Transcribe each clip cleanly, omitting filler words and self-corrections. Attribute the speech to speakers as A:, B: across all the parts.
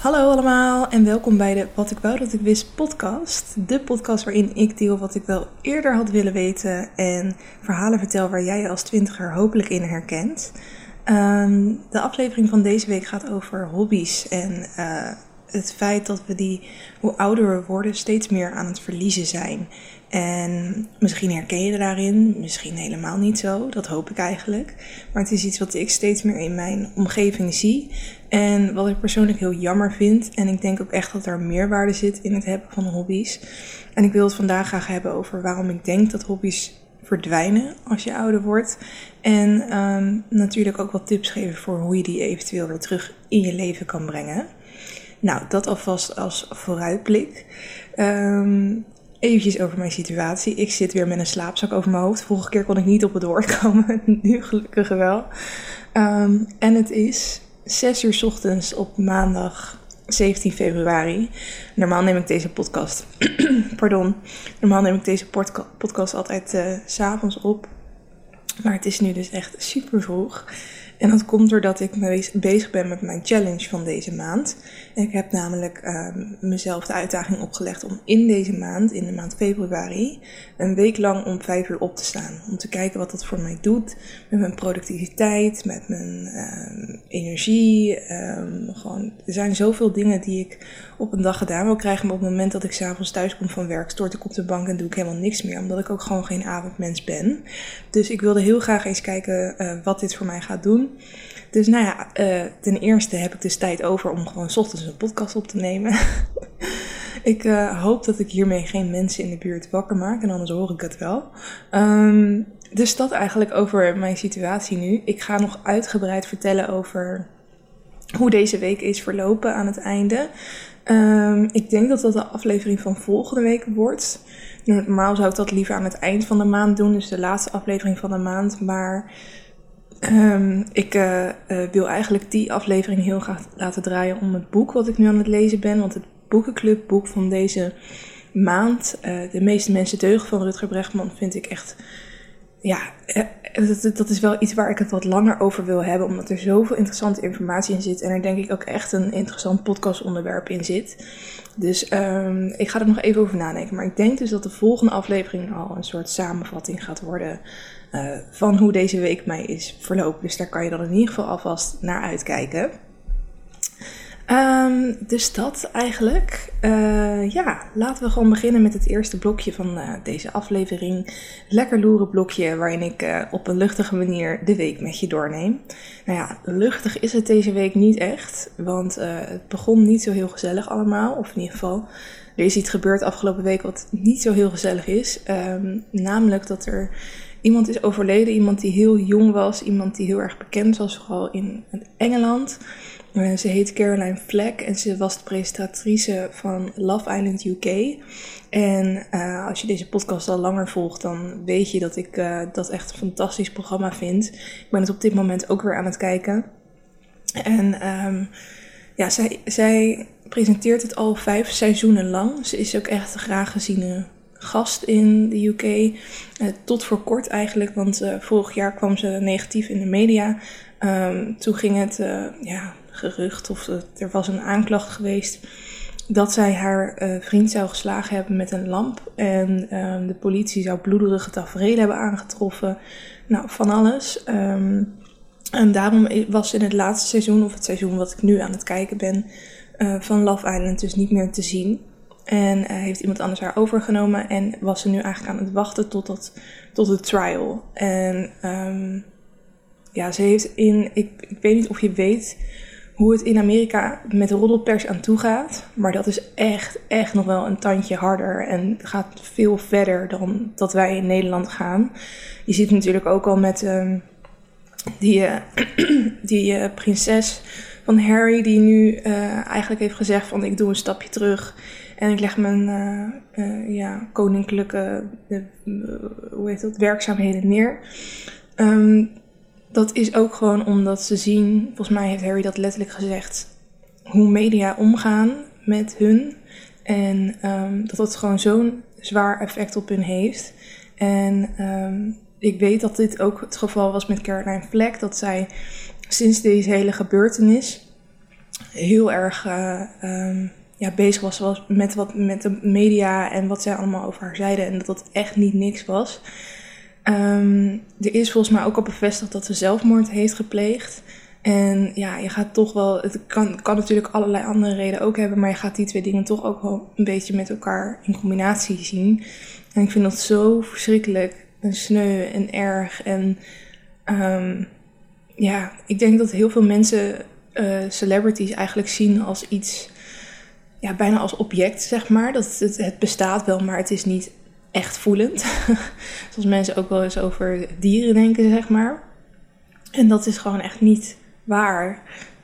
A: Hallo allemaal en welkom bij de Wat ik wou dat ik wist podcast. De podcast waarin ik deel wat ik wel eerder had willen weten en verhalen vertel waar jij je als twintiger hopelijk in herkent. De aflevering van deze week gaat over hobby's en het feit dat we hoe ouder we worden, steeds meer aan het verliezen zijn. En misschien herken je daarin, misschien helemaal niet zo, dat hoop ik eigenlijk. Maar het is iets wat ik steeds meer in mijn omgeving zie en wat ik persoonlijk heel jammer vind. En ik denk ook echt dat er meerwaarde zit in het hebben van hobby's. En ik wil het vandaag graag hebben over waarom ik denk dat hobby's verdwijnen als je ouder wordt. En natuurlijk ook wat tips geven voor hoe je die eventueel weer terug in je leven kan brengen. Nou, dat alvast als vooruitblik. Eventjes over mijn situatie. Ik zit weer met een slaapzak over mijn hoofd. Vorige keer kon ik niet op het woord komen. Nu gelukkig wel. En het is 6 uur 's ochtends op maandag 17 februari. Normaal neem ik deze podcast... Normaal neem ik deze podcast altijd 's avonds op. Maar het is nu dus echt super vroeg. En dat komt doordat ik bezig ben met mijn challenge van deze maand. En ik heb namelijk mezelf de uitdaging opgelegd om in deze maand, in de maand februari, een week lang om 5 uur op te staan. Om te kijken wat dat voor mij doet met mijn productiviteit, met mijn energie. Er zijn zoveel dingen die ik op een dag gedaan wil krijgen. Maar op het moment dat ik 's avonds thuis kom van werk, stort ik op de bank en doe ik helemaal niks meer. Omdat ik ook gewoon geen avondmens ben. Dus ik wilde heel graag eens kijken wat dit voor mij gaat doen. Dus ten eerste heb ik dus tijd over om gewoon 's ochtends een podcast op te nemen. Ik hoop dat ik hiermee geen mensen in de buurt wakker maak en anders hoor ik het wel. Dus dat eigenlijk over mijn situatie nu. Ik ga nog uitgebreid vertellen over hoe deze week is verlopen aan het einde. Ik denk dat dat de aflevering van volgende week wordt. Normaal zou ik dat liever aan het eind van de maand doen, dus de laatste aflevering van de maand. Maar ik wil eigenlijk die aflevering heel graag laten draaien om het boek wat ik nu aan het lezen ben. Want het boekenclubboek van deze maand, De meeste mensen deugen van Rutger Bregman, vind ik echt... Ja, dat is wel iets waar ik het wat langer over wil hebben, omdat er zoveel interessante informatie in zit. En er denk ik ook echt een interessant podcastonderwerp in zit. Dus ik ga er nog even over nadenken. Maar ik denk dus dat de volgende aflevering al een soort samenvatting gaat worden van hoe deze week mij is verlopen. Dus daar kan je dan in ieder geval alvast naar uitkijken. Dus dat eigenlijk. Laten we gewoon beginnen met het eerste blokje van deze aflevering. Lekker loeren blokje waarin ik op een luchtige manier de week met je doorneem. Nou ja, luchtig is het deze week niet echt. Want het begon niet zo heel gezellig allemaal. Of in ieder geval, er is iets gebeurd afgelopen week wat niet zo heel gezellig is. Namelijk dat er iemand is overleden. Iemand die heel jong was. Iemand die heel erg bekend was, vooral in Engeland. Ze heet Caroline Fleck en ze was de presentatrice van Love Island UK. En als je deze podcast al langer volgt, dan weet je dat ik dat echt een fantastisch programma vind. Ik ben het op dit moment ook weer aan het kijken. En zij presenteert het al 5 seizoenen lang. Ze is ook echt een graag geziene gast in de UK. Tot voor kort eigenlijk, want vorig jaar kwam ze negatief in de media. Toen ging het... gerucht of er was een aanklacht geweest dat zij haar vriend zou geslagen hebben met een lamp. En de politie zou bloederige taferelen hebben aangetroffen. Nou, van alles. En daarom was in het laatste seizoen, of het seizoen wat ik nu aan het kijken ben, van Love Island dus niet meer te zien. En heeft iemand anders haar overgenomen en was ze nu eigenlijk aan het wachten tot het trial. En ze heeft ik weet niet of je weet hoe het in Amerika met roddelpers aan toe gaat. Maar dat is echt nog wel een tandje harder. En gaat veel verder dan dat wij in Nederland gaan. Je ziet natuurlijk ook al met die prinses van Harry, die nu eigenlijk heeft gezegd van ik doe een stapje terug. En ik leg mijn koninklijke werkzaamheden neer. Dat is ook gewoon omdat ze zien, volgens mij heeft Harry dat letterlijk gezegd, hoe media omgaan met hun. En dat het gewoon zo'n zwaar effect op hun heeft. En ik weet dat dit ook het geval was met Caroline Fleck. Dat zij sinds deze hele gebeurtenis heel erg bezig was met de media en wat zij allemaal over haar zeiden. En dat dat echt niet niks was. Er is volgens mij ook al bevestigd dat ze zelfmoord heeft gepleegd. En ja, je gaat toch wel... Het kan natuurlijk allerlei andere redenen ook hebben, maar je gaat die twee dingen toch ook wel een beetje met elkaar in combinatie zien. En ik vind dat zo verschrikkelijk en sneu en erg. En ik denk dat heel veel mensen celebrities eigenlijk zien als iets... Ja, bijna als object, zeg maar. Dat het bestaat wel, maar het is niet echt voelend. Zoals mensen ook wel eens over dieren denken, zeg maar. En dat is gewoon echt niet waar.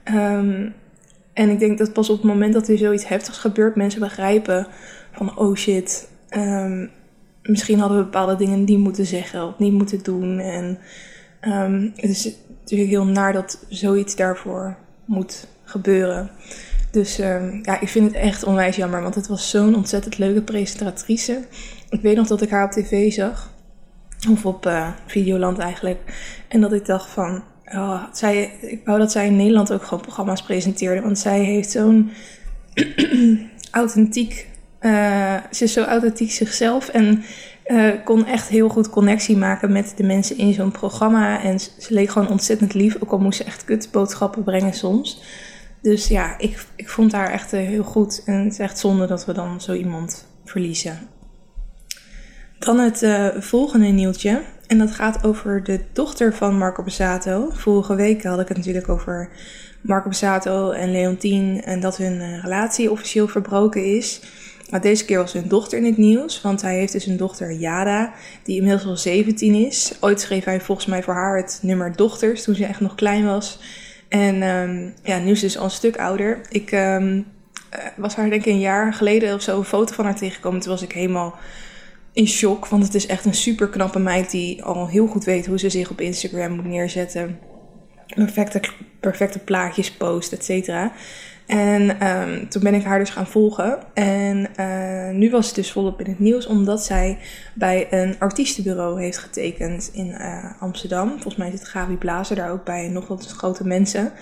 A: En ik denk dat pas op het moment dat er zoiets heftigs gebeurt, mensen begrijpen van oh shit, misschien hadden we bepaalde dingen niet moeten zeggen of niet moeten doen. En het is natuurlijk heel naar dat zoiets daarvoor moet gebeuren. Dus ik vind het echt onwijs jammer, want het was zo'n ontzettend leuke presentatrice. Ik weet nog dat ik haar op tv zag, of op Videoland eigenlijk. En dat ik dacht van, ik wou dat zij in Nederland ook gewoon programma's presenteerde. Want zij heeft zo'n authentiek, ze is zo authentiek zichzelf en kon echt heel goed connectie maken met de mensen in zo'n programma. En ze leek gewoon ontzettend lief, ook al moest ze echt kutboodschappen brengen soms. Dus ja, ik vond haar echt heel goed. En het is echt zonde dat we dan zo iemand verliezen. Dan het volgende nieuwtje. En dat gaat over de dochter van Marco Borsato. Vorige week had ik het natuurlijk over Marco Borsato en Leontien. En dat hun relatie officieel verbroken is. Maar deze keer was hun dochter in het nieuws. Want hij heeft dus een dochter, Jada, die inmiddels al 17 is. Ooit schreef hij volgens mij voor haar het nummer Dochters, toen ze echt nog klein was. En nu is ze dus al een stuk ouder. Ik was haar denk ik een jaar geleden of zo een foto van haar tegengekomen. Toen was ik helemaal in shock. Want het is echt een super knappe meid die al heel goed weet hoe ze zich op Instagram moet neerzetten. Perfecte plaatjes post, et cetera. En toen ben ik haar dus gaan volgen. En nu was het dus volop in het nieuws omdat zij bij een artiestenbureau heeft getekend in Amsterdam. Volgens mij zit Gabi Blazer daar ook bij en nog wat grote mensen.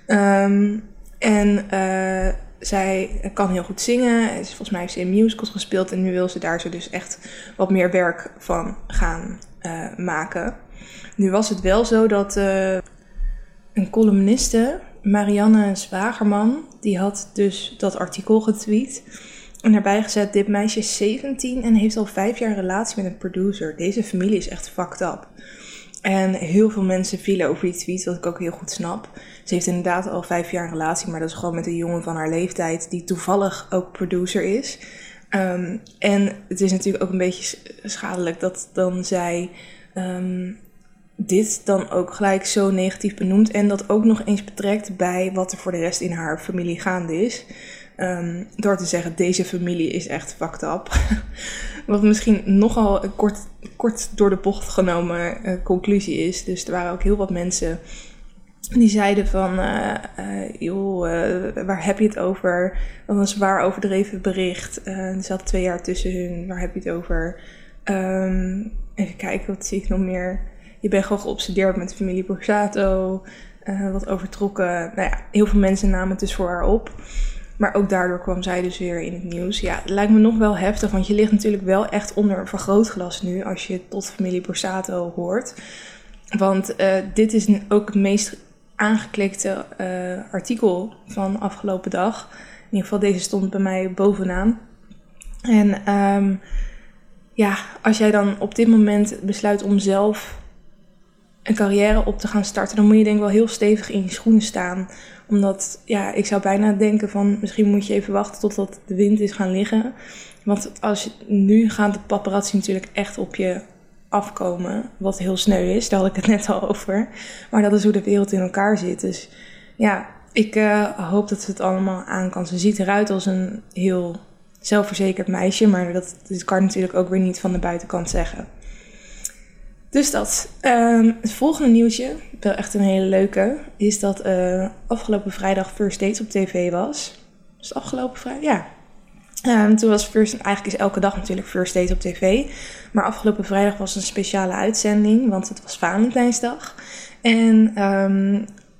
A: Zij kan heel goed zingen. Volgens mij heeft ze in musicals gespeeld en nu wil ze daar zo dus echt wat meer werk van gaan maken. Nu was het wel zo dat een columniste, Marianne Zwagerman, die had dus dat artikel getweet en daarbij gezet: dit meisje is 17 en heeft al 5 jaar een relatie met een producer. Deze familie is echt fucked up. En heel veel mensen vielen over die tweet, wat ik ook heel goed snap. Ze heeft inderdaad al 5 jaar een relatie, maar dat is gewoon met een jongen van haar leeftijd die toevallig ook producer is. En het is natuurlijk ook een beetje schadelijk dat dan zij dit dan ook gelijk zo negatief benoemt en dat ook nog eens betrekt bij wat er voor de rest in haar familie gaande is. Door te zeggen, deze familie is echt fucked up. Wat misschien nogal een kort door de bocht genomen conclusie is. Dus er waren ook heel wat mensen die zeiden van, waar heb je het over? Wat een zwaar overdreven bericht. Er zat 2 jaar tussen hun, waar heb je het over? Even kijken, wat zie ik nog meer? Je bent gewoon geobsedeerd met de familie Borsato. Wat overtrokken. Nou ja, heel veel mensen namen het dus voor haar op. Maar ook daardoor kwam zij dus weer in het nieuws. Ja, het lijkt me nog wel heftig, want je ligt natuurlijk wel echt onder een vergrootglas nu als je tot familie Borsato hoort. Want dit is ook het meest aangeklikte artikel van afgelopen dag. In ieder geval, deze stond bij mij bovenaan. En als jij dan op dit moment besluit om zelf een carrière op te gaan starten, dan moet je denk ik wel heel stevig in je schoenen staan. Omdat, ik zou bijna denken van, misschien moet je even wachten totdat de wind is gaan liggen. Want nu gaan de paparazzi natuurlijk echt op je afkomen, wat heel sneu is. Daar had ik het net al over. Maar dat is hoe de wereld in elkaar zit. Dus ja, ik hoop dat ze het allemaal aan kan. Ze ziet eruit als een heel zelfverzekerd meisje, maar dat kan natuurlijk ook weer niet van de buitenkant zeggen. Dus dat. Het volgende nieuwtje, wel echt een hele leuke, is dat afgelopen vrijdag First Dates op tv was. Was het afgelopen vrijdag? Ja. Toen was eigenlijk is elke dag natuurlijk First Dates op tv. Maar afgelopen vrijdag was een speciale uitzending, want het was Valentijnsdag. En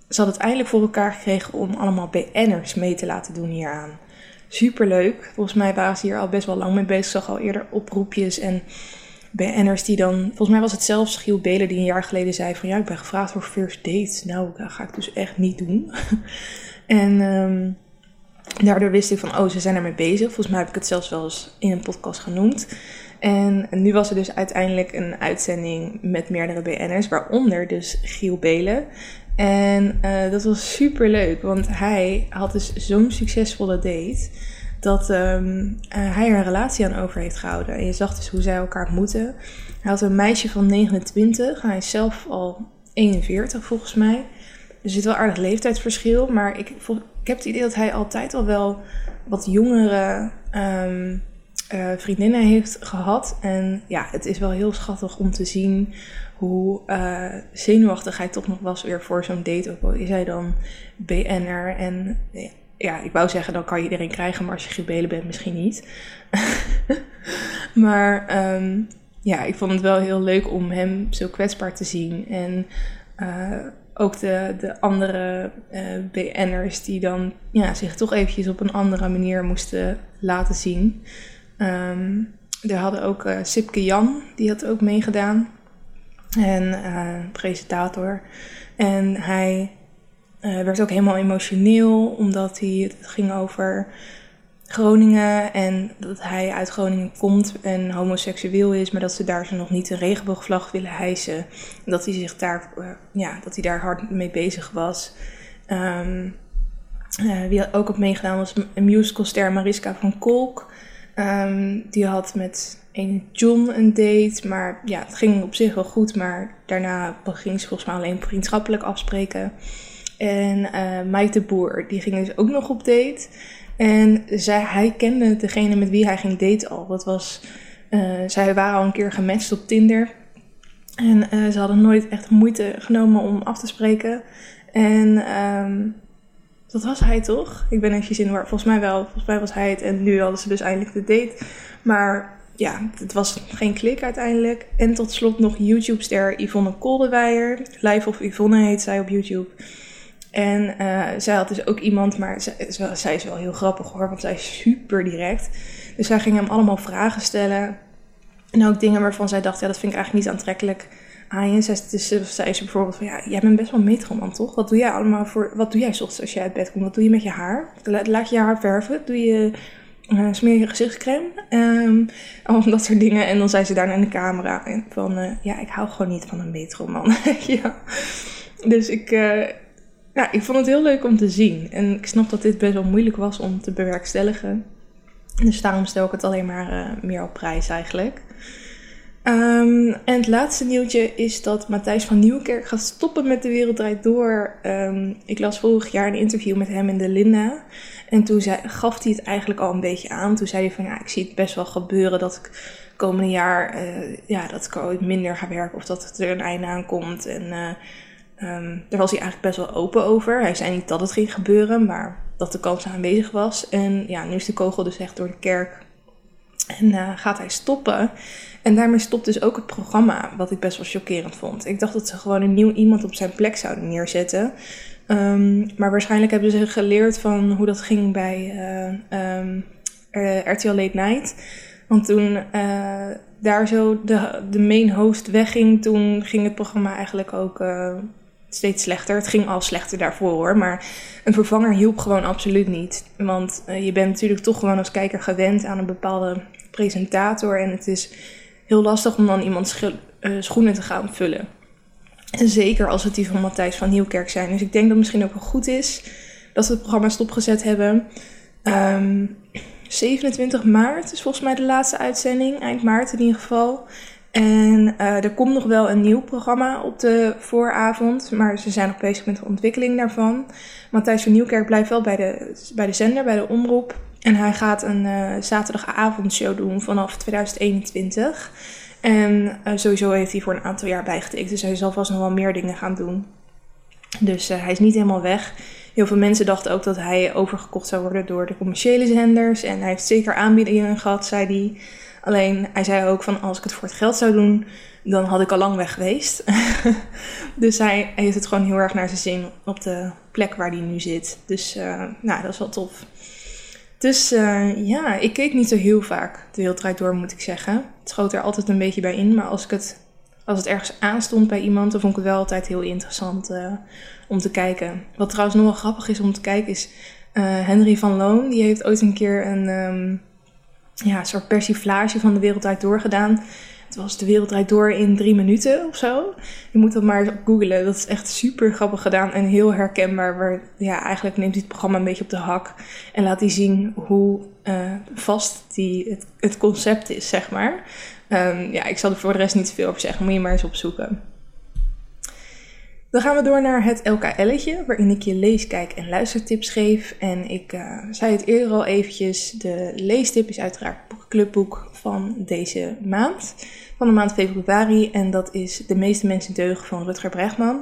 A: ze had het eindelijk voor elkaar gekregen om allemaal BN'ers mee te laten doen hieraan. Superleuk. Volgens mij waren ze hier al best wel lang mee bezig. Ik zag al eerder oproepjes en BN'ers die dan... Volgens mij was het zelfs Giel Belen die een jaar geleden zei van... ja, ik ben gevraagd voor first dates. Nou, dat ga ik dus echt niet doen. En daardoor wist ik van, ze zijn ermee bezig. Volgens mij heb ik het zelfs wel eens in een podcast genoemd. En nu was er dus uiteindelijk een uitzending met meerdere BN'ers. Waaronder dus Giel Belen. En dat was super leuk, want hij had dus zo'n succesvolle date dat hij er een relatie aan over heeft gehouden. En je zag dus hoe zij elkaar ontmoeten. Hij had een meisje van 29, hij is zelf al 41 volgens mij. Er zit wel aardig leeftijdsverschil, maar ik heb het idee dat hij altijd al wel wat jongere vriendinnen heeft gehad. En ja, het is wel heel schattig om te zien hoe zenuwachtig hij toch nog was weer voor zo'n date. Ook al is hij dan BN'er. En ja, ik wou zeggen, dan kan je iedereen krijgen, maar als je Giel Belen bent, misschien niet. Maar ja, ik vond het wel heel leuk om hem zo kwetsbaar te zien. En ook de andere BN'ers die dan zich toch eventjes op een andere manier moesten laten zien. Er hadden ook Sipke Jan, die had ook meegedaan. En presentator. En hij werd ook helemaal emotioneel, omdat het ging over Groningen. En dat hij uit Groningen komt en homoseksueel is, maar dat ze daar zo nog niet een regenboogvlag willen hijsen. En dat hij zich dat hij daar hard mee bezig was. Wie ook had meegedaan was een musicalster Mariska van Kolk. Die had met een John een date, maar ja, het ging op zich wel goed, maar daarna ging ze volgens mij alleen vriendschappelijk afspreken. En Mike de Boer, die ging dus ook nog op date. En hij kende degene met wie hij ging daten al. Dat was, zij waren al een keer gematcht op Tinder. En ze hadden nooit echt moeite genomen om af te spreken. En dat was hij toch? Ik ben eventjes in de war. Volgens mij wel. Volgens mij was hij het. En nu hadden ze dus eindelijk de date. Maar ja, het was geen klik uiteindelijk. En tot slot nog YouTube-ster Yvonne Koldewijer. Live of Yvonne heet zij op YouTube. En zij had dus ook iemand, maar zij is wel heel grappig hoor, want zij is super direct. Dus zij ging hem allemaal vragen stellen. En ook dingen waarvan zij dacht, dat vind ik eigenlijk niet aantrekkelijk aan je. Zij is bijvoorbeeld van, jij bent best wel een metroman toch? Wat doe jij allemaal wat doe jij 's ochtends als je uit bed komt? Wat doe je met je haar? Laat je haar verven? Smeer je gezichtscreme? Al dat soort dingen. En dan zei ze daarna in de camera van, ik hou gewoon niet van een metroman. Ja. Dus ik vond het heel leuk om te zien. En ik snap dat dit best wel moeilijk was om te bewerkstelligen. Dus daarom stel ik het alleen maar meer op prijs eigenlijk. En het laatste nieuwtje is dat Matthijs van Nieuwkerk gaat stoppen met De Wereld Draait Door. Ik las vorig jaar een interview met hem in de Linda. En toen gaf hij het eigenlijk al een beetje aan. Toen zei hij van, ik zie het best wel gebeuren dat ik komende jaar dat ik ooit minder ga werken. Of dat er een einde aan komt. En daar was hij eigenlijk best wel open over. Hij zei niet dat het ging gebeuren, maar dat de kans aanwezig was. En ja, nu is de kogel dus echt door de kerk. En gaat hij stoppen. En daarmee stopt dus ook het programma, wat ik best wel chockerend vond. Ik dacht dat ze gewoon een nieuw iemand op zijn plek zouden neerzetten. Maar waarschijnlijk hebben ze geleerd van hoe dat ging bij RTL Late Night. Want toen daar zo de main host wegging, toen ging het programma eigenlijk ook steeds slechter. Het ging al slechter daarvoor hoor, maar een vervanger hielp gewoon absoluut niet. Want je bent natuurlijk toch gewoon als kijker gewend aan een bepaalde presentator. En het is heel lastig om dan iemands schoenen te gaan vullen. En zeker als het die van Matthijs van Nieuwkerk zijn. Dus ik denk dat het misschien ook wel goed is dat we het programma stopgezet hebben. 27 maart is volgens mij de laatste uitzending. Eind maart in ieder geval. En er komt nog wel een nieuw programma op de vooravond. Maar ze zijn nog bezig met de ontwikkeling daarvan. Matthijs van Nieuwkerk blijft wel bij de zender, bij de omroep. En hij gaat een zaterdagavondshow doen vanaf 2021. En sowieso heeft hij voor een aantal jaar bijgetekend. Dus hij zal vast nog wel meer dingen gaan doen. Dus hij is niet helemaal weg. Heel veel mensen dachten ook dat hij overgekocht zou worden door de commerciële zenders. En hij heeft zeker aanbiedingen gehad, zei hij. Alleen hij zei ook van als ik het voor het geld zou doen, dan had ik al lang weg geweest. Dus hij heeft het gewoon heel erg naar zijn zin op de plek waar hij nu zit. Dus dat is wel tof. Dus ik keek niet zo heel vaak De Wereld Draait Door, moet ik zeggen. Het schoot er altijd een beetje bij in. Maar als het ergens aanstond bij iemand, dan vond ik het wel altijd heel interessant om te kijken. Wat trouwens nog wel grappig is om te kijken is Henry van Loon. Die heeft ooit een keer een soort persiflage van De Wereld Draait Door gedaan. Het was De Wereld Draait Door in 3 minuten of zo. Je moet dat maar eens googlen. Dat is echt super grappig gedaan en heel herkenbaar. Eigenlijk neemt hij het programma een beetje op de hak. En laat hij zien hoe vast het concept is, zeg maar. Ik zal er voor de rest niet veel over zeggen. Moet je maar eens opzoeken. Dan gaan we door naar het LKL'tje, waarin ik je lees-, kijk- en luistertips geef. En ik zei het eerder al eventjes, de leestip is uiteraard het boekenclubboek van deze maand. Van de maand februari. En dat is De meeste mensen deugen van Rutger Bregman.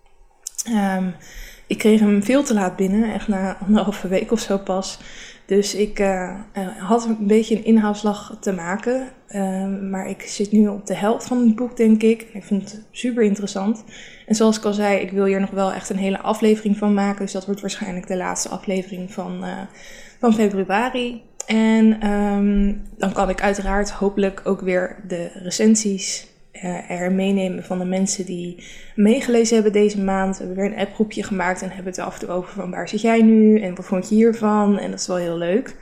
A: Ik kreeg hem veel te laat binnen, echt na 1,5 week of zo pas. Dus ik had een beetje een inhaalslag te maken. Maar ik zit nu op de helft van het boek, denk ik. Ik vind het super interessant. En zoals ik al zei, ik wil hier nog wel echt een hele aflevering van maken. Dus dat wordt waarschijnlijk de laatste aflevering van februari. En dan kan ik uiteraard hopelijk ook weer de recensies er meenemen van de mensen die meegelezen hebben deze maand. We hebben weer een appgroepje gemaakt en hebben het af en toe over van waar zit jij nu en wat vond je hiervan. En dat is wel heel leuk.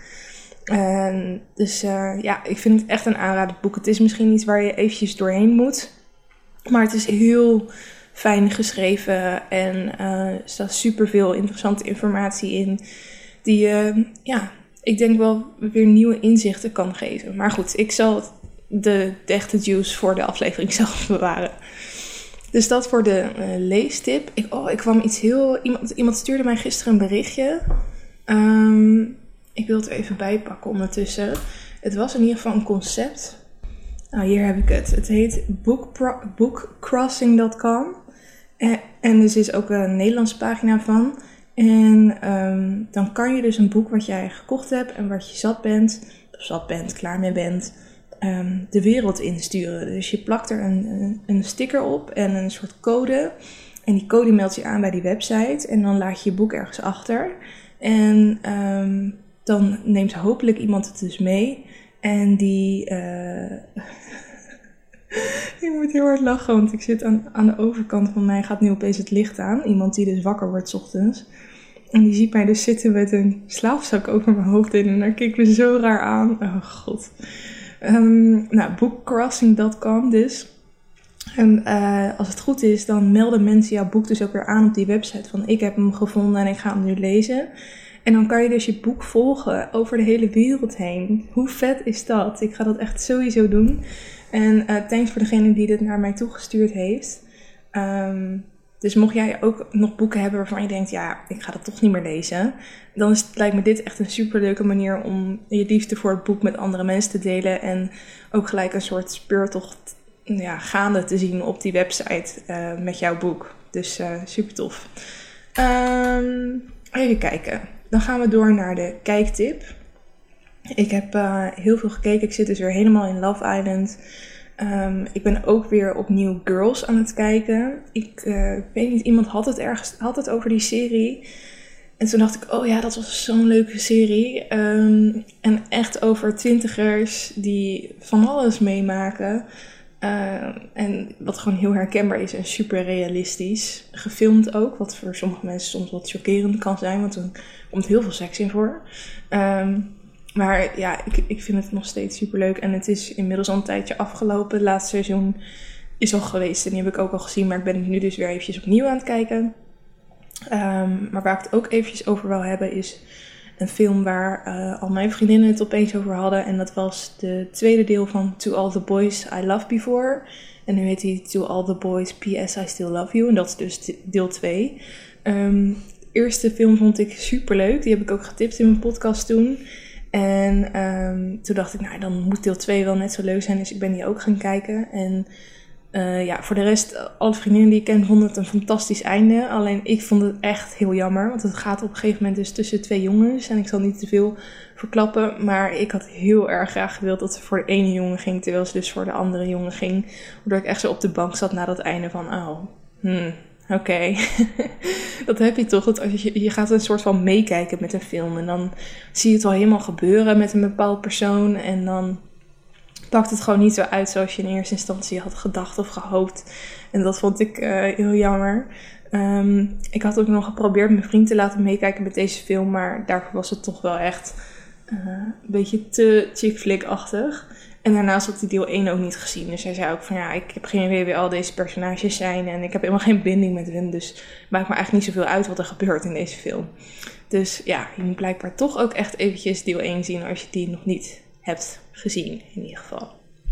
A: Ik vind het echt een aanrader boek. Het is misschien iets waar je eventjes doorheen moet. Maar het is heel fijn geschreven en er staat superveel interessante informatie in die ik denk wel weer nieuwe inzichten kan geven. Maar goed, ik zal de echte juice voor de aflevering zelf bewaren. Dus dat voor de leestip. Ik kwam iemand stuurde mij gisteren een berichtje. Ik wil het er even bijpakken ondertussen. Het was in ieder geval een concept. Nou, hier heb ik het. Het heet bookcrossing.com. En dus is ook een Nederlandse pagina van. En dan kan je dus een boek wat jij gekocht hebt en wat je zat bent, klaar mee bent, de wereld insturen. Dus je plakt er een sticker op en een soort code. En die code meldt je aan bij die website. En dan laat je je boek ergens achter. En dan neemt hopelijk iemand het dus mee. En die... Ik moet heel hard lachen, want ik zit aan de overkant van mij. Gaat nu opeens het licht aan. Iemand die dus wakker wordt 's ochtends. En die ziet mij dus zitten met een slaapzak over mijn hoofd in. En daar keek me zo raar aan. Oh god. Bookcrossing.com dus. En als het goed is, dan melden mensen jouw boek dus ook weer aan op die website. Van ik heb hem gevonden en ik ga hem nu lezen. En dan kan je dus je boek volgen over de hele wereld heen. Hoe vet is dat? Ik ga dat echt sowieso doen. En thanks voor degene die dit naar mij toegestuurd heeft. Dus mocht jij ook nog boeken hebben waarvan je denkt, ja, ik ga dat toch niet meer lezen. Dan lijkt me dit echt een superleuke manier om je liefde voor het boek met andere mensen te delen. En ook gelijk een soort speurtocht gaande te zien op die website met jouw boek. Dus super tof. Even kijken. Dan gaan we door naar de kijktip. Ik heb heel veel gekeken. Ik zit dus weer helemaal in Love Island. Ik ben ook weer opnieuw Girls aan het kijken. Ik weet niet, iemand had het over die serie. En toen dacht ik, oh ja, dat was zo'n leuke serie. En echt over 20ers die van alles meemaken. En wat gewoon heel herkenbaar is en super realistisch. Gefilmd ook, wat voor sommige mensen soms wat chockerend kan zijn. Want er komt heel veel seks in voor. Maar ja, ik vind het nog steeds super leuk. En het is inmiddels al een tijdje afgelopen. Het laatste seizoen is al geweest en die heb ik ook al gezien. Maar ik ben het nu dus weer eventjes opnieuw aan het kijken. Maar waar ik het ook eventjes over wil hebben is een film waar al mijn vriendinnen het opeens over hadden. En dat was de tweede deel van To All The Boys I Loved Before. En nu heet hij To All The Boys PS I Still Love You. En dat is dus deel 2. De eerste film vond ik super leuk. Die heb ik ook getipt in mijn podcast toen. En toen dacht ik, nou dan moet deel 2 wel net zo leuk zijn. Dus ik ben die ook gaan kijken. En Voor de rest, alle vriendinnen die ik ken vonden het een fantastisch einde. Alleen ik vond het echt heel jammer. Want het gaat op een gegeven moment dus tussen 2 jongens. En ik zal niet te veel verklappen. Maar ik had heel erg graag gewild dat ze voor de ene jongen ging. Terwijl ze dus voor de andere jongen ging. Waardoor ik echt zo op de bank zat na dat einde van... Oké. Dat heb je toch. Dat als je gaat een soort van meekijken met een film. En dan zie je het al helemaal gebeuren met een bepaald persoon. En dan pakt het gewoon niet zo uit zoals je in eerste instantie had gedacht of gehoopt. En dat vond ik heel jammer. Ik had ook nog geprobeerd mijn vriend te laten meekijken met deze film. Maar daarvoor was het toch wel echt een beetje te chick flick-achtig. En daarnaast had hij deel 1 ook niet gezien. Dus hij zei ook van ik heb geen idee wie al deze personages zijn. En ik heb helemaal geen binding met hem. Dus het maakt me eigenlijk niet zoveel uit wat er gebeurt in deze film. Dus je moet blijkbaar toch ook echt eventjes deel 1 zien als je die nog niet hebt gezien in ieder geval.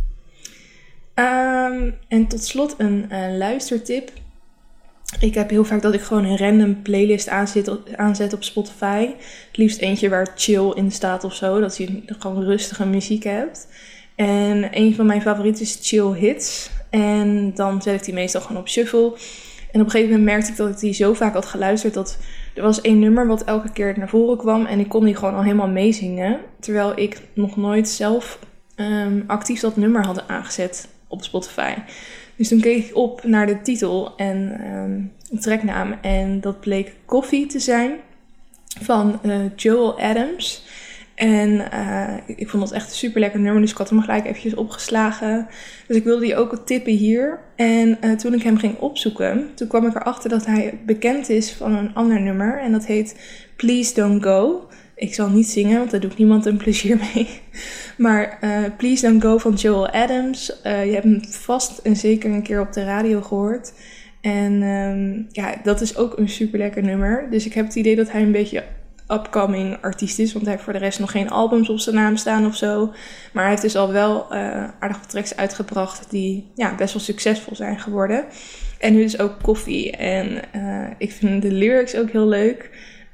A: En tot slot een luistertip. Ik heb heel vaak dat ik gewoon een random playlist aanzet op Spotify. Het liefst eentje waar chill in staat of zo. Dat je gewoon rustige muziek hebt. En een van mijn favorieten is Chill Hits. En dan zet ik die meestal gewoon op shuffle. En op een gegeven moment merkte ik dat ik die zo vaak had geluisterd. Dat er was 1 nummer wat elke keer naar voren kwam. En ik kon die gewoon al helemaal meezingen. Terwijl ik nog nooit zelf actief dat nummer had aangezet op Spotify. Dus toen keek ik op naar de titel en de tracknaam. En dat bleek Coffee te zijn van Joel Adams. En ik vond dat echt een super lekker nummer. Dus ik had hem gelijk eventjes opgeslagen. Dus ik wilde die ook tippen hier. En toen ik hem ging opzoeken, toen kwam ik erachter dat hij bekend is van een ander nummer. En dat heet Please Don't Go. Ik zal niet zingen, want daar doet niemand een plezier mee. Maar Please Don't Go van Joel Adams. Je hebt hem vast en zeker een keer op de radio gehoord. En dat is ook een super lekker nummer. Dus ik heb het idee dat hij een beetje upcoming artiest is. Want hij heeft voor de rest nog geen albums op zijn naam staan of zo. Maar hij heeft dus al wel aardig wat tracks uitgebracht die best wel succesvol zijn geworden. En nu is ook Coffee. En ik vind de lyrics ook heel leuk.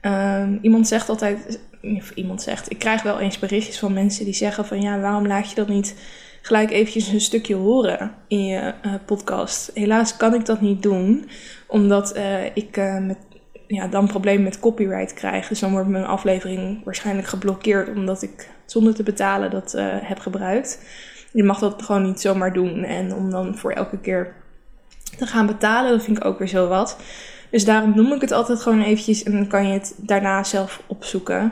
A: Ik krijg wel eens berichtjes van mensen die zeggen van waarom laat je dat niet gelijk eventjes een stukje horen in je podcast. Helaas kan ik dat niet doen, omdat ik dan problemen met copyright krijg. Dus dan wordt mijn aflevering waarschijnlijk geblokkeerd, omdat ik zonder te betalen dat heb gebruikt. Je mag dat gewoon niet zomaar doen. En om dan voor elke keer te gaan betalen, dat vind ik ook weer zo wat. Dus daarom noem ik het altijd gewoon eventjes en dan kan je het daarna zelf opzoeken.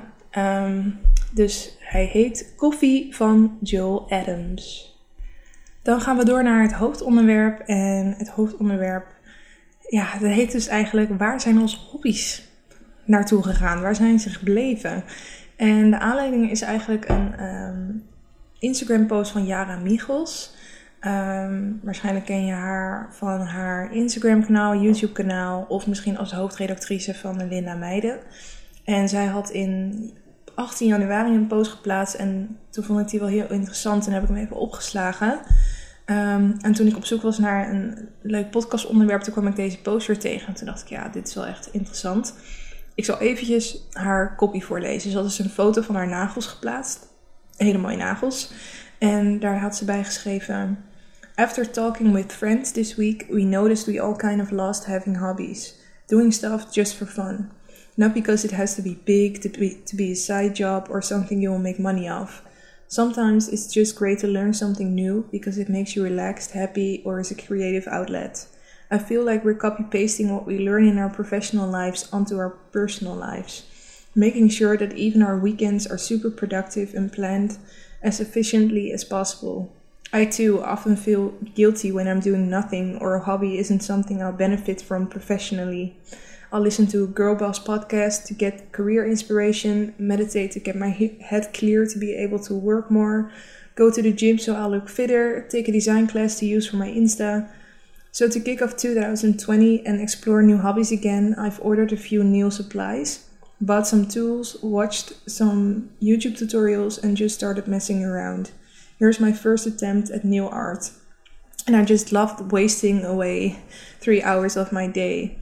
A: Dus hij heet Coffee van Joel Adams. Dan gaan we door naar het hoofdonderwerp. En het hoofdonderwerp, dat heet dus eigenlijk: waar zijn onze hobby's naartoe gegaan? Waar zijn ze gebleven? En de aanleiding is eigenlijk een Instagram post van Jara Michels. Waarschijnlijk ken je haar van haar Instagram kanaal, YouTube kanaal of misschien als hoofdredactrice van de Linda Meijden. En zij had in 18 januari een post geplaatst en toen vond ik die wel heel interessant en heb ik hem even opgeslagen. En toen ik op zoek was naar een leuk podcastonderwerp, toen kwam ik deze post weer tegen. En toen dacht ik, dit is wel echt interessant. Ik zal eventjes haar copy voorlezen. Ze had dus een foto van haar nagels geplaatst. Hele mooie nagels. En daar had ze bij geschreven: After talking with friends this week, we noticed we all kind of lost having hobbies. Doing stuff just for fun. Not because it has to be big, to be a side job or something you will make money off. Sometimes it's just great to learn something new because it makes you relaxed, happy, or as a creative outlet. I feel like we're copy-pasting what we learn in our professional lives onto our personal lives, making sure that even our weekends are super productive and planned as efficiently as possible. I too often feel guilty when I'm doing nothing or a hobby isn't something I'll benefit from professionally. I'll listen to a Girl Boss podcast to get career inspiration, meditate to get my head clear to be able to work more, go to the gym so I'll look fitter, take a design class to use for my Insta. So to kick off 2020 and explore new hobbies again, I've ordered a few nail supplies, bought some tools, watched some YouTube tutorials and just started messing around. Here's my first attempt at nail art. And I just loved wasting away 3 hours of my day.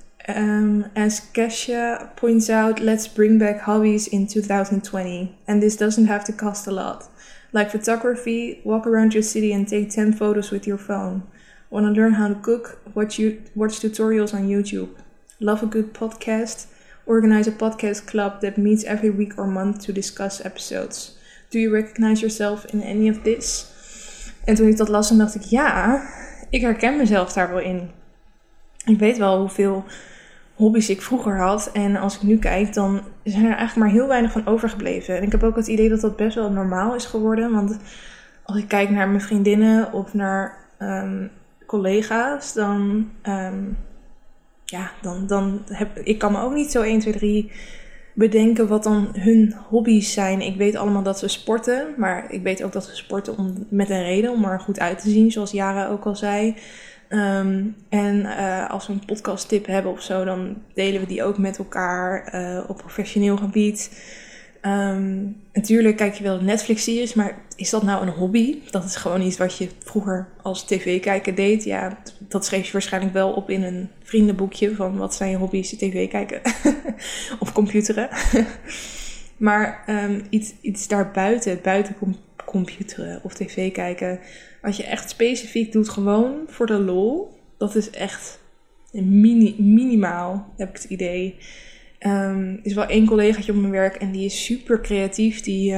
A: As Kesha points out, let's bring back hobbies in 2020. And this doesn't have to cost a lot. Like photography, walk around your city and take 10 photos with your phone. Wanna learn how to cook? Watch tutorials on YouTube. Love a good podcast? Organize a podcast club that meets every week or month to discuss episodes. Do you recognize yourself in any of this? En toen ik dat las, dan dacht ik, ja, ik herken mezelf daar wel in. Ik weet wel hoeveel hobby's ik vroeger had. En als ik nu kijk, dan zijn er eigenlijk maar heel weinig van overgebleven. En ik heb ook het idee dat dat best wel normaal is geworden. Want als ik kijk naar mijn vriendinnen of naar collega's, dan ik kan me ook niet zo 1, 2, 3 bedenken wat dan hun hobby's zijn. Ik weet allemaal dat ze sporten, maar ik weet ook dat ze sporten met een reden, om er goed uit te zien, zoals Yara ook al zei. Als we een podcast tip hebben of zo, dan delen we die ook met elkaar op professioneel gebied. Natuurlijk kijk je wel Netflix-series, maar is dat nou een hobby? Dat is gewoon iets wat je vroeger als tv-kijker deed. Ja, dat schreef je waarschijnlijk wel op in een vriendenboekje van wat zijn je hobby's, tv kijken of computeren. Maar iets daarbuiten, buiten computeren of tv kijken, wat je echt specifiek doet gewoon voor de lol, dat is echt minimaal, heb ik het idee. Er is wel één collegaatje op mijn werk en die is super creatief.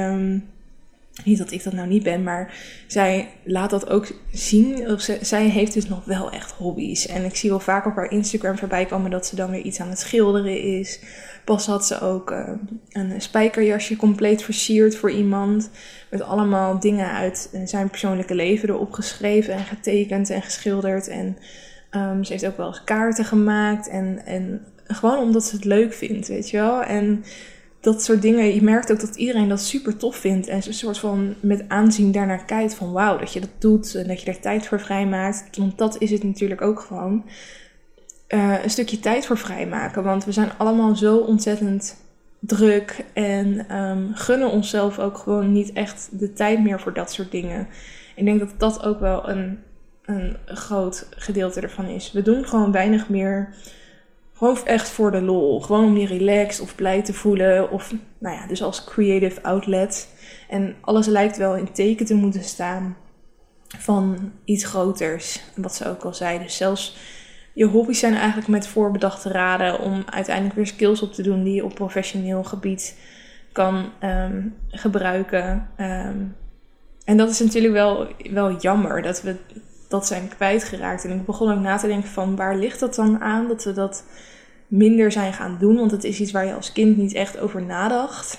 A: Niet dat ik dat nou niet ben, maar zij laat dat ook zien. Zij heeft dus nog wel echt hobby's. En ik zie wel vaak op haar Instagram voorbij komen dat ze dan weer iets aan het schilderen is. Pas had ze ook een spijkerjasje compleet versierd voor iemand. Met allemaal dingen uit zijn persoonlijke leven erop geschreven en getekend en geschilderd. En ze heeft ook wel eens kaarten gemaakt en gewoon omdat ze het leuk vindt, weet je wel. En dat soort dingen, je merkt ook dat iedereen dat super tof vindt. En een soort van met aanzien daarnaar kijkt van wauw, dat je dat doet. En dat je er tijd voor vrijmaakt. Want dat is het natuurlijk ook gewoon. Een stukje tijd voor vrijmaken. Want we zijn allemaal zo ontzettend druk. En gunnen onszelf ook gewoon niet echt de tijd meer voor dat soort dingen. Ik denk dat dat ook wel een groot gedeelte ervan is. We doen gewoon weinig meer. Gewoon echt voor de lol. Gewoon om je relaxed of blij te voelen. Of dus als creative outlet. En alles lijkt wel in teken te moeten staan van iets groters. Wat ze ook al zei. Dus zelfs je hobby's zijn eigenlijk met voorbedachte raden om uiteindelijk weer skills op te doen die je op professioneel gebied kan gebruiken. En dat is natuurlijk wel jammer dat we dat zijn kwijtgeraakt. En ik begon ook na te denken van waar ligt dat dan aan dat we dat minder zijn gaan doen. Want het is iets waar je als kind niet echt over nadacht.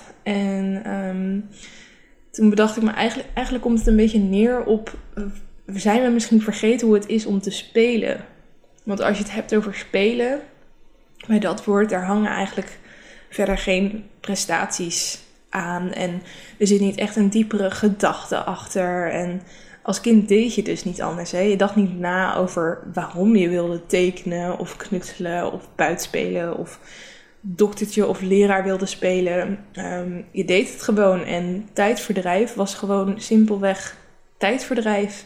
A: En toen bedacht ik me eigenlijk komt het een beetje neer op zijn we misschien vergeten hoe het is om te spelen. Want als je het hebt over spelen, bij dat woord, daar hangen eigenlijk verder geen prestaties aan. En er zit niet echt een diepere gedachte achter. En als kind deed je dus niet anders. Hè? Je dacht niet na over waarom je wilde tekenen of knutselen of buitenspelen of doktertje of leraar wilde spelen. Je deed het gewoon en tijdverdrijf was gewoon simpelweg tijdverdrijf.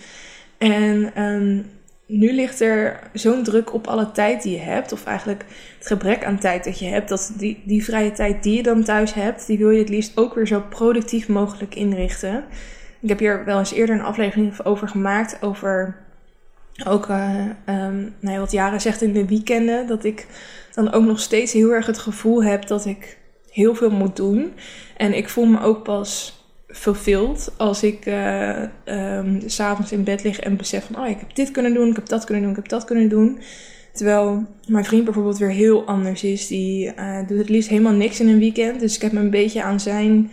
A: En nu ligt er zo'n druk op alle tijd die je hebt, of eigenlijk het gebrek aan tijd dat je hebt, dat die vrije tijd die je dan thuis hebt, die wil je het liefst ook weer zo productief mogelijk inrichten. Ik heb hier wel eens eerder een aflevering over gemaakt, over ook wat Yara zegt in de weekenden, dat ik dan ook nog steeds heel erg het gevoel heb dat ik heel veel moet doen. En ik voel me ook pas fulfilled als ik 's avonds in bed lig en besef van ik heb dit kunnen doen, ik heb dat kunnen doen, ik heb dat kunnen doen. Terwijl mijn vriend bijvoorbeeld weer heel anders is. Die doet het liefst helemaal niks in een weekend. Dus ik heb me een beetje aan zijn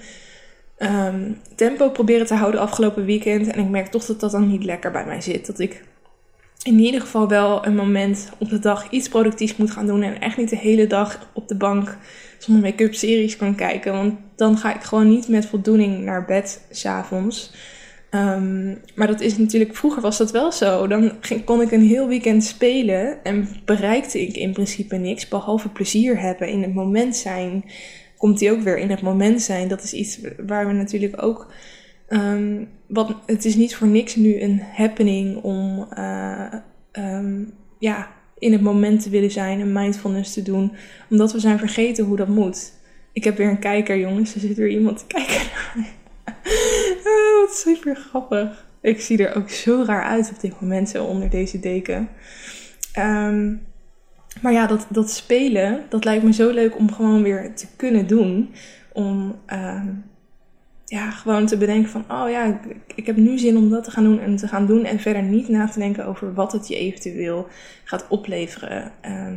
A: tempo proberen te houden afgelopen weekend. En ik merk toch dat dat dan niet lekker bij mij zit. Dat ik in ieder geval wel een moment op de dag iets productiefs moet gaan doen. En echt niet de hele dag op de bank zonder make-up series kan kijken. Want dan ga ik gewoon niet met voldoening naar bed 's avonds. Maar dat is natuurlijk, vroeger was dat wel zo. Dan kon ik een heel weekend spelen en bereikte ik in principe niks. Behalve plezier hebben, in het moment zijn. Komt die ook weer in het moment zijn. Dat is iets waar we natuurlijk ook het is niet voor niks nu een happening om in het moment te willen zijn en mindfulness te doen. Omdat we zijn vergeten hoe dat moet. Ik heb weer een kijker, jongens. Er zit weer iemand te kijken naar mij. Wat super grappig. Ik zie er ook zo raar uit op dit moment, zo onder deze deken. Maar ja, dat spelen, dat lijkt me zo leuk om gewoon weer te kunnen doen. Om gewoon te bedenken van, oh ja, ik heb nu zin om dat te gaan doen. En verder niet na te denken over wat het je eventueel gaat opleveren.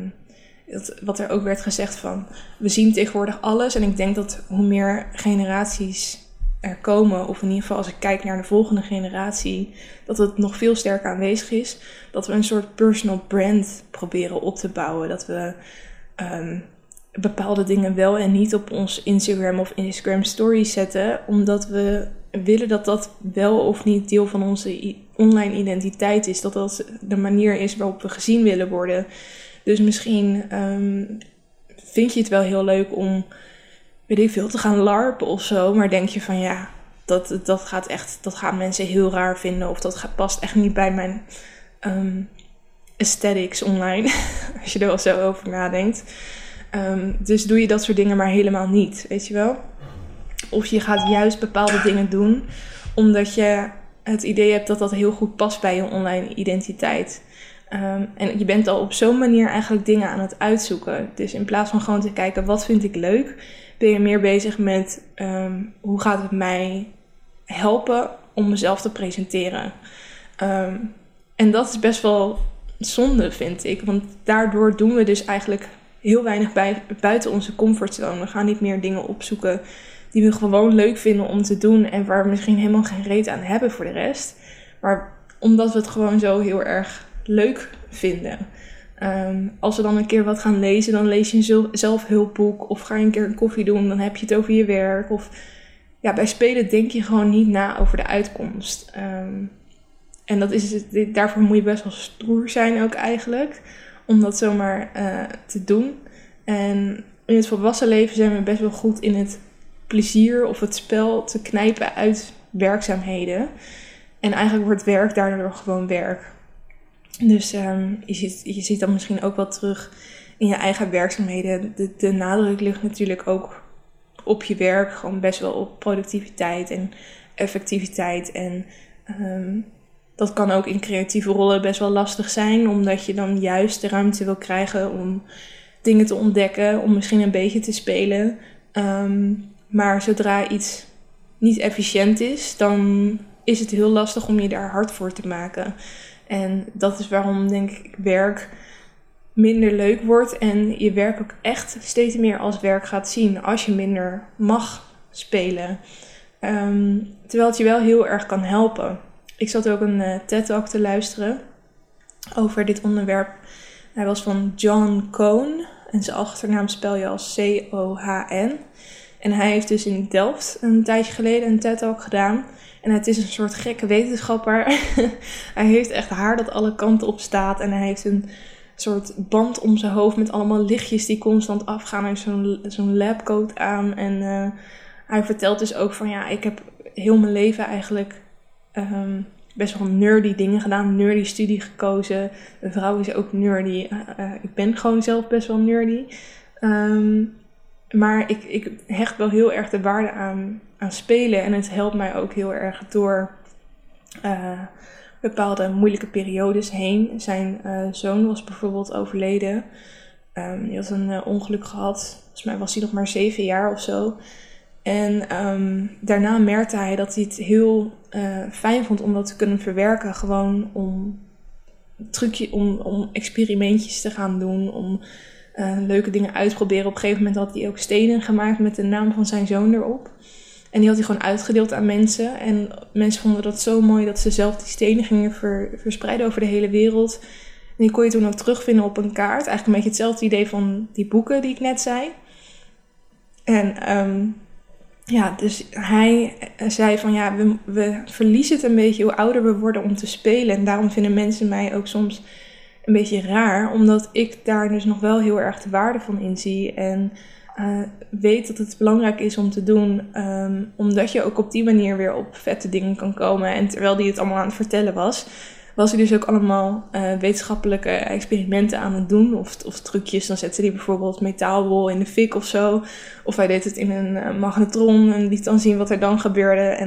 A: Wat er ook werd gezegd van, we zien tegenwoordig alles. En ik denk dat hoe meer generaties er komen, of in ieder geval als ik kijk naar de volgende generatie, dat het nog veel sterker aanwezig is. Dat we een soort personal brand proberen op te bouwen. Dat we bepaalde dingen wel en niet op ons Instagram of Instagram stories zetten, omdat we willen dat dat wel of niet deel van onze online identiteit is. Dat dat de manier is waarop we gezien willen worden. Dus misschien vind je het wel heel leuk om, weet ik veel, te gaan larpen of zo. Maar denk je van ja, dat gaan mensen heel raar vinden. Of dat past echt niet bij mijn aesthetics online. Als je er wel zo over nadenkt. Dus doe je dat soort dingen maar helemaal niet, weet je wel. Of je gaat juist bepaalde dingen doen omdat je het idee hebt dat dat heel goed past bij je online identiteit. En je bent al op zo'n manier eigenlijk dingen aan het uitzoeken. Dus in plaats van gewoon te kijken, wat vind ik leuk, ben je meer bezig met hoe gaat het mij helpen om mezelf te presenteren. En dat is best wel zonde, vind ik. Want daardoor doen we dus eigenlijk heel weinig buiten onze comfortzone. We gaan niet meer dingen opzoeken die we gewoon leuk vinden om te doen en waar we misschien helemaal geen reet aan hebben voor de rest. Maar omdat we het gewoon zo heel erg leuk vinden. Als we dan een keer wat gaan lezen, dan lees je een zelfhulpboek of ga je een keer een koffie doen, dan heb je het over je werk. Of ja, bij spelen denk je gewoon niet na over de uitkomst. En dat is daarvoor moet je best wel stoer zijn ook eigenlijk, om dat zomaar te doen. En in het volwassen leven zijn we best wel goed in het plezier of het spel te knijpen uit werkzaamheden. En eigenlijk wordt werk daardoor gewoon werk. Dus je ziet dan misschien ook wel terug in je eigen werkzaamheden. De nadruk ligt natuurlijk ook op je werk. Gewoon best wel op productiviteit en effectiviteit. En dat kan ook in creatieve rollen best wel lastig zijn. Omdat je dan juist de ruimte wil krijgen om dingen te ontdekken. Om misschien een beetje te spelen. Maar zodra iets niet efficiënt is, dan is het heel lastig om je daar hard voor te maken. En dat is waarom, denk ik, werk minder leuk wordt. En je werk ook echt steeds meer als werk gaat zien als je minder mag spelen. Terwijl het je wel heel erg kan helpen. Ik zat ook een TED-talk te luisteren over dit onderwerp. Hij was van John Cohn. En zijn achternaam spel je als C-O-H-N. En hij heeft dus in Delft een tijdje geleden een TED-talk gedaan. En het is een soort gekke wetenschapper. Hij heeft echt haar dat alle kanten op staat. En hij heeft een soort band om zijn hoofd met allemaal lichtjes die constant afgaan. Hij heeft zo'n labcoat aan. En hij vertelt dus ook van ja, ik heb heel mijn leven eigenlijk best wel nerdy dingen gedaan. Nerdy studie gekozen. Mijn vrouw is ook nerdy. Ik ben gewoon zelf best wel nerdy. Maar ik hecht wel heel erg de waarde aan spelen. En het helpt mij ook heel erg door bepaalde moeilijke periodes heen. Zijn zoon was bijvoorbeeld overleden. Die had een ongeluk gehad. Volgens mij was hij nog maar 7 jaar of zo. En daarna merkte hij dat hij het heel fijn vond om dat te kunnen verwerken. Gewoon om experimentjes te gaan doen. Om leuke dingen uit te proberen. Op een gegeven moment had hij ook stenen gemaakt met de naam van zijn zoon erop. En die had hij gewoon uitgedeeld aan mensen. En mensen vonden dat zo mooi dat ze zelf die stenen gingen verspreiden over de hele wereld. En die kon je toen ook terugvinden op een kaart. Eigenlijk een beetje hetzelfde idee van die boeken die ik net zei. En dus hij zei van ja, we verliezen het een beetje hoe ouder we worden om te spelen. En daarom vinden mensen mij ook soms een beetje raar. Omdat ik daar dus nog wel heel erg de waarde van inzie. En weet dat het belangrijk is om te doen. Omdat je ook op die manier weer op vette dingen kan komen. En terwijl hij het allemaal aan het vertellen was hij dus ook allemaal wetenschappelijke experimenten aan het doen. Of trucjes. Dan zette hij bijvoorbeeld metaalwol in de fik of zo. Of hij deed het in een magnetron en liet dan zien wat er dan gebeurde. En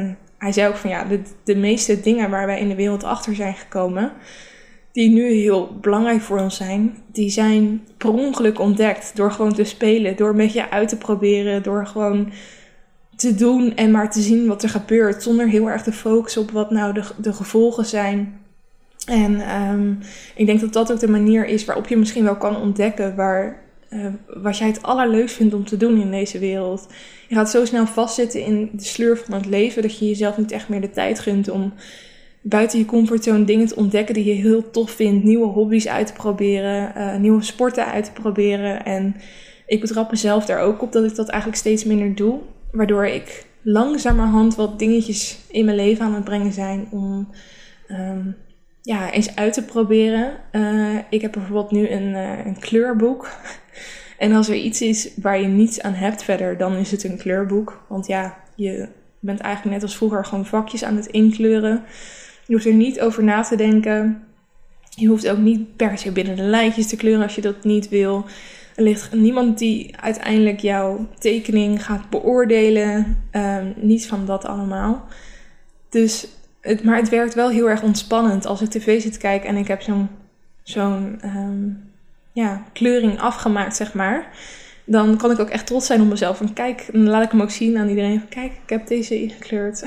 A: hij zei ook van de meeste dingen waar wij in de wereld achter zijn gekomen, die nu heel belangrijk voor ons zijn, die zijn per ongeluk ontdekt door gewoon te spelen, door een beetje uit te proberen, door gewoon te doen en maar te zien wat er gebeurt, zonder heel erg te focussen op wat nou de gevolgen zijn. En ik denk dat dat ook de manier is waarop je misschien wel kan ontdekken wat jij het allerleukst vindt om te doen in deze wereld. Je gaat zo snel vastzitten in de sleur van het leven dat je jezelf niet echt meer de tijd gunt om buiten je comfortzone dingen te ontdekken die je heel tof vindt. Nieuwe hobby's uit te proberen, nieuwe sporten uit te proberen. En ik betrap mezelf daar ook op dat ik dat eigenlijk steeds minder doe. Waardoor ik langzamerhand wat dingetjes in mijn leven aan het brengen zijn om eens uit te proberen. Ik heb bijvoorbeeld nu een kleurboek. En als er iets is waar je niets aan hebt verder, dan is het een kleurboek. Want je bent eigenlijk net als vroeger gewoon vakjes aan het inkleuren. Je hoeft er niet over na te denken. Je hoeft ook niet per se binnen de lijntjes te kleuren als je dat niet wil. Er ligt niemand die uiteindelijk jouw tekening gaat beoordelen. Niets van dat allemaal. Maar het werkt wel heel erg ontspannend als ik tv zit te kijken en ik heb zo'n kleuring afgemaakt, zeg maar. Dan kan ik ook echt trots zijn op mezelf. En kijk, dan laat ik hem ook zien aan iedereen. Van, kijk, ik heb deze ingekleurd.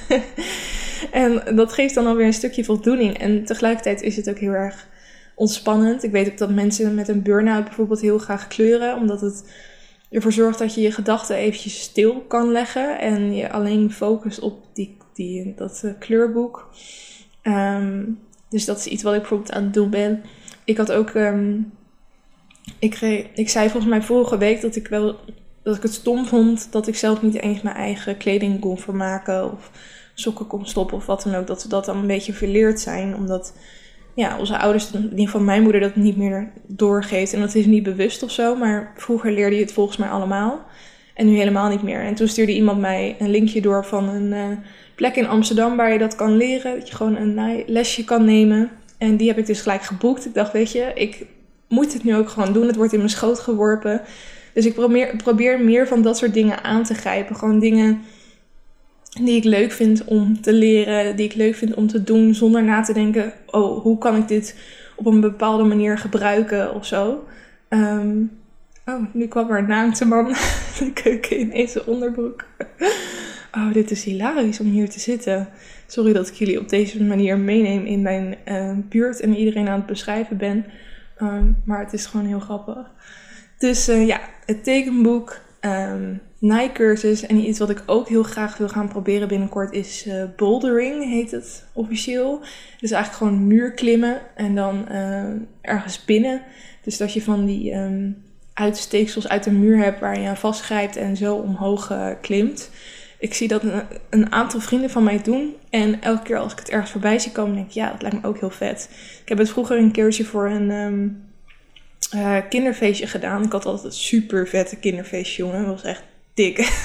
A: En dat geeft dan alweer een stukje voldoening. En tegelijkertijd is het ook heel erg ontspannend. Ik weet ook dat mensen met een burn-out bijvoorbeeld heel graag kleuren. Omdat het ervoor zorgt dat je je gedachten eventjes stil kan leggen. En je alleen focust op dat kleurboek. Dus dat is iets wat ik bijvoorbeeld aan het doen ben. Ik had ook... Ik zei volgens mij vorige week dat ik het stom vond dat ik zelf niet eens mijn eigen kleding kon vermaken of sokken kon stoppen of wat dan ook. Dat we dat dan een beetje verleerd zijn. Omdat onze ouders, in ieder geval mijn moeder, dat niet meer doorgeeft. En dat is niet bewust of zo. Maar vroeger leerde je het volgens mij allemaal. En nu helemaal niet meer. En toen stuurde iemand mij een linkje door van een plek in Amsterdam waar je dat kan leren. Dat je gewoon een lesje kan nemen. En die heb ik dus gelijk geboekt. Ik dacht, weet je, ik moet het nu ook gewoon doen. Het wordt in mijn schoot geworpen. Dus ik probeer meer van dat soort dingen aan te grijpen. Gewoon dingen die ik leuk vind om te leren. Die ik leuk vind om te doen. Zonder na te denken, hoe kan ik dit op een bepaalde manier gebruiken of zo. Nu kwam er een naamteman de keuken in deze onderbroek. Dit is hilarisch om hier te zitten. Sorry dat ik jullie op deze manier meeneem in mijn buurt en iedereen aan het beschrijven ben. Maar het is gewoon heel grappig. Dus het tekenboek, naaicursus en iets wat ik ook heel graag wil gaan proberen binnenkort is bouldering, heet het officieel. Dus eigenlijk gewoon muurklimmen en dan ergens binnen. Dus dat je van die uitsteeksels uit de muur hebt waar je aan vastgrijpt en zo omhoog klimt. Ik zie dat een aantal vrienden van mij doen. En elke keer als ik het ergens voorbij zie komen, denk ik, dat lijkt me ook heel vet. Ik heb het vroeger een keertje voor een kinderfeestje gedaan. Ik had altijd een super vette kinderfeestje, jongen. Dat was echt dik.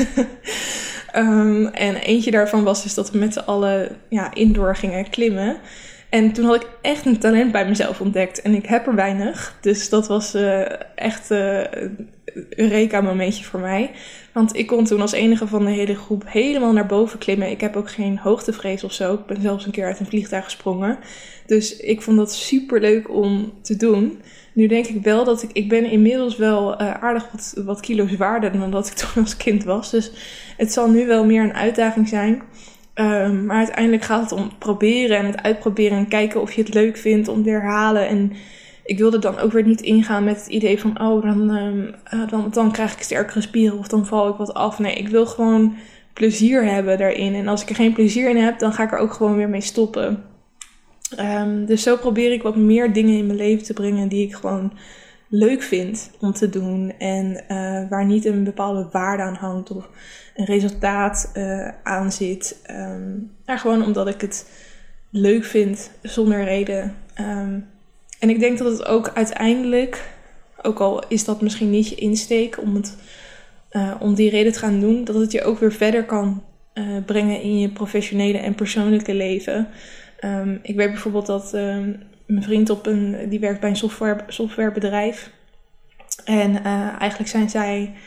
A: En eentje daarvan was dus dat we met z'n allen indoor gingen klimmen. En toen had ik echt een talent bij mezelf ontdekt. En ik heb er weinig. Dus dat was echt een Eureka-momentje voor mij. Want ik kon toen als enige van de hele groep helemaal naar boven klimmen. Ik heb ook geen hoogtevrees of zo. Ik ben zelfs een keer uit een vliegtuig gesprongen. Dus ik vond dat super leuk om te doen. Nu denk ik wel dat ik ben inmiddels wel aardig wat kilo's zwaarder dan dat ik toen als kind was. Dus het zal nu wel meer een uitdaging zijn. Maar uiteindelijk gaat het om proberen en het uitproberen en kijken of je het leuk vindt om te herhalen. En ik wilde dan ook weer niet ingaan met het idee van dan krijg ik sterkere spieren of dan val ik wat af. Nee, ik wil gewoon plezier hebben daarin. En als ik er geen plezier in heb, dan ga ik er ook gewoon weer mee stoppen. Dus zo probeer ik wat meer dingen in mijn leven te brengen die ik gewoon leuk vind om te doen. En waar niet een bepaalde waarde aan hangt of een resultaat aan zit. Maar gewoon omdat ik het leuk vind zonder reden. En ik denk dat het ook uiteindelijk, ook al is dat misschien niet je insteek om die reden te gaan doen, dat het je ook weer verder kan brengen in je professionele en persoonlijke leven. Ik weet bijvoorbeeld dat mijn vriend die werkt bij een softwarebedrijf. En eigenlijk zijn zij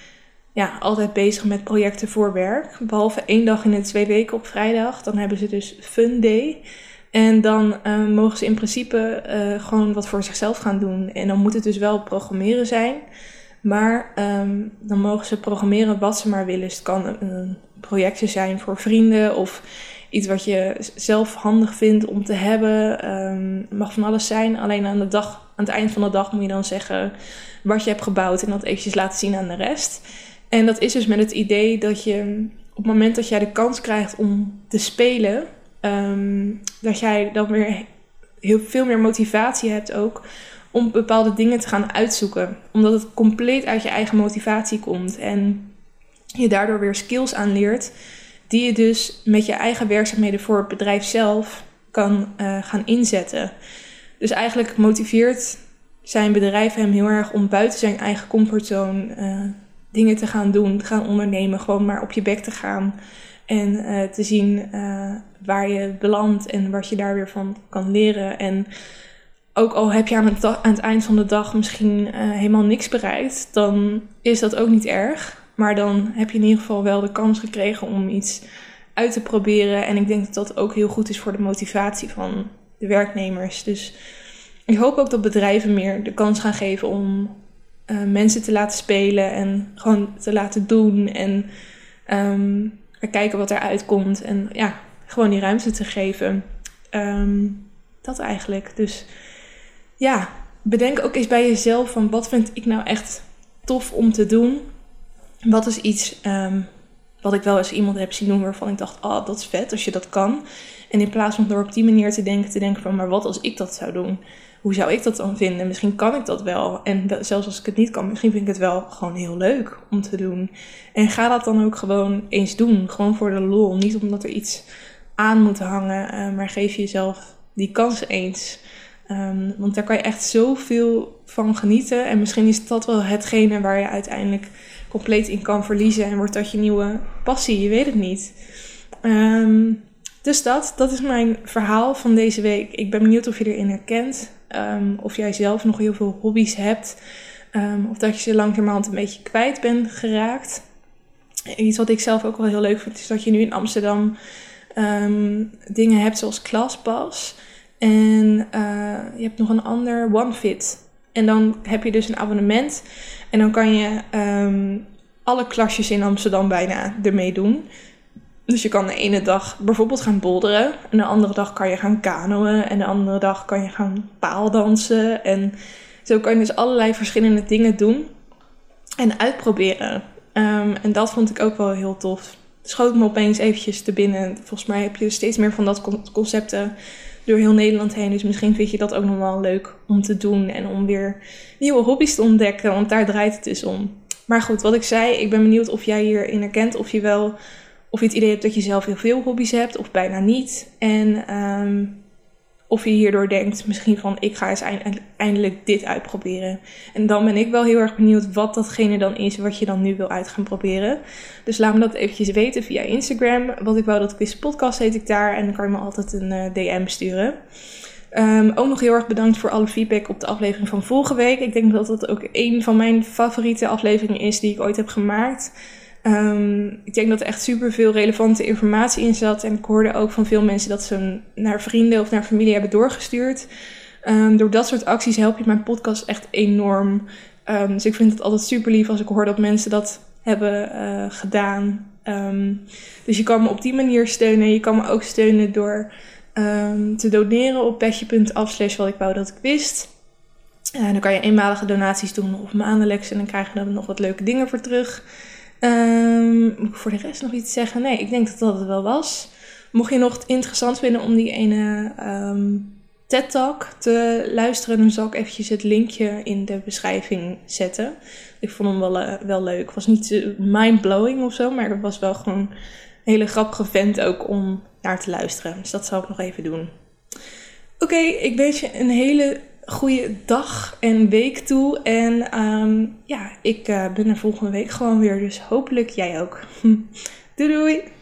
A: altijd bezig met projecten voor werk. Behalve 1 dag in de 2 weken op vrijdag. Dan hebben ze dus Fun Day. En dan mogen ze in principe gewoon wat voor zichzelf gaan doen. En dan moet het dus wel programmeren zijn. Maar dan mogen ze programmeren wat ze maar willen. Dus het kan een projectje zijn voor vrienden of iets wat je zelf handig vindt om te hebben. Het mag van alles zijn. Alleen aan het eind van de dag moet je dan zeggen wat je hebt gebouwd en dat eventjes laten zien aan de rest. En dat is dus met het idee dat je op het moment dat jij de kans krijgt om te spelen, dat jij dan weer heel veel meer motivatie hebt ook om bepaalde dingen te gaan uitzoeken. Omdat het compleet uit je eigen motivatie komt. En je daardoor weer skills aanleert die je dus met je eigen werkzaamheden voor het bedrijf zelf kan gaan inzetten. Dus eigenlijk motiveert zijn bedrijf hem heel erg om buiten zijn eigen comfortzone dingen te gaan doen, te gaan ondernemen. Gewoon maar op je bek te gaan. En te zien waar je belandt en wat je daar weer van kan leren. En ook al heb je aan het eind van de dag misschien helemaal niks bereikt, dan is dat ook niet erg. Maar dan heb je in ieder geval wel de kans gekregen om iets uit te proberen. En ik denk dat dat ook heel goed is voor de motivatie van de werknemers. Dus ik hoop ook dat bedrijven meer de kans gaan geven om mensen te laten spelen en gewoon te laten doen. En kijken wat eruit komt. En gewoon die ruimte te geven. Dat eigenlijk. Dus bedenk ook eens bij jezelf van wat vind ik nou echt tof om te doen. Wat is iets wat ik wel eens iemand heb zien doen waarvan ik dacht, dat is vet als je dat kan. En in plaats van door op die manier te denken van, maar wat als ik dat zou doen? Hoe zou ik dat dan vinden? Misschien kan ik dat wel. En zelfs als ik het niet kan, misschien vind ik het wel gewoon heel leuk om te doen. En ga dat dan ook gewoon eens doen. Gewoon voor de lol. Niet omdat er iets aan moet hangen. Maar geef jezelf die kans eens. Want daar kan je echt zoveel van genieten. En misschien is dat wel hetgene waar je uiteindelijk compleet in kan verliezen. En wordt dat je nieuwe passie. Je weet het niet. Dus dat is mijn verhaal van deze week. Ik ben benieuwd of je erin herkent. Of jij zelf nog heel veel hobby's hebt. Of dat je ze langzamerhand een beetje kwijt bent geraakt. Iets wat ik zelf ook wel heel leuk vind is dat je nu in Amsterdam dingen hebt zoals ClassPass. En je hebt nog een ander, OneFit. En dan heb je dus een abonnement. En dan kan je alle klasjes in Amsterdam bijna ermee doen. Dus je kan de ene dag bijvoorbeeld gaan boulderen. En de andere dag kan je gaan kanoën. En de andere dag kan je gaan paaldansen. En zo kan je dus allerlei verschillende dingen doen. En uitproberen. En dat vond ik ook wel heel tof. Het schoot me opeens eventjes te binnen. Volgens mij heb je steeds meer van dat concepten door heel Nederland heen. Dus misschien vind je dat ook nog wel leuk om te doen. En om weer nieuwe hobby's te ontdekken. Want daar draait het dus om. Maar goed, wat ik zei. Ik ben benieuwd of jij hierin herkent. Of je het idee hebt dat je zelf heel veel hobby's hebt. Of bijna niet. En of je hierdoor denkt misschien van ik ga eens eindelijk dit uitproberen. En dan ben ik wel heel erg benieuwd wat datgene dan is wat je dan nu wil uit gaan proberen. Dus laat me dat eventjes weten via Instagram. Wat ik wou dat quiz podcast heet ik daar. En dan kan je me altijd een DM sturen. Ook nog heel erg bedankt voor alle feedback op de aflevering van vorige week. Ik denk dat dat ook een van mijn favoriete afleveringen is die ik ooit heb gemaakt. Ik denk dat er echt super veel relevante informatie in zat. En ik hoorde ook van veel mensen dat ze hem naar vrienden of naar familie hebben doorgestuurd. Door dat soort acties help je mijn podcast echt enorm. Dus ik vind het altijd super lief als ik hoor dat mensen dat hebben gedaan. Dus je kan me op die manier steunen. Je kan me ook steunen door te doneren op petje.af/watikwoudatikWist. Dan kan je eenmalige donaties doen of maandelijks. En dan krijg je er nog wat leuke dingen voor terug. Moet ik voor de rest nog iets zeggen? Nee, ik denk dat dat het wel was. Mocht je nog het interessant vinden om die ene TED-talk te luisteren, dan zal ik eventjes het linkje in de beschrijving zetten. Ik vond hem wel leuk. Het was niet mind-blowing of zo, maar het was wel gewoon een hele grappige vent ook om naar te luisteren. Dus dat zal ik nog even doen. Oké, ik wens je een hele goede dag en week toe. En ik ben er volgende week gewoon weer. Dus hopelijk jij ook. Doei doei!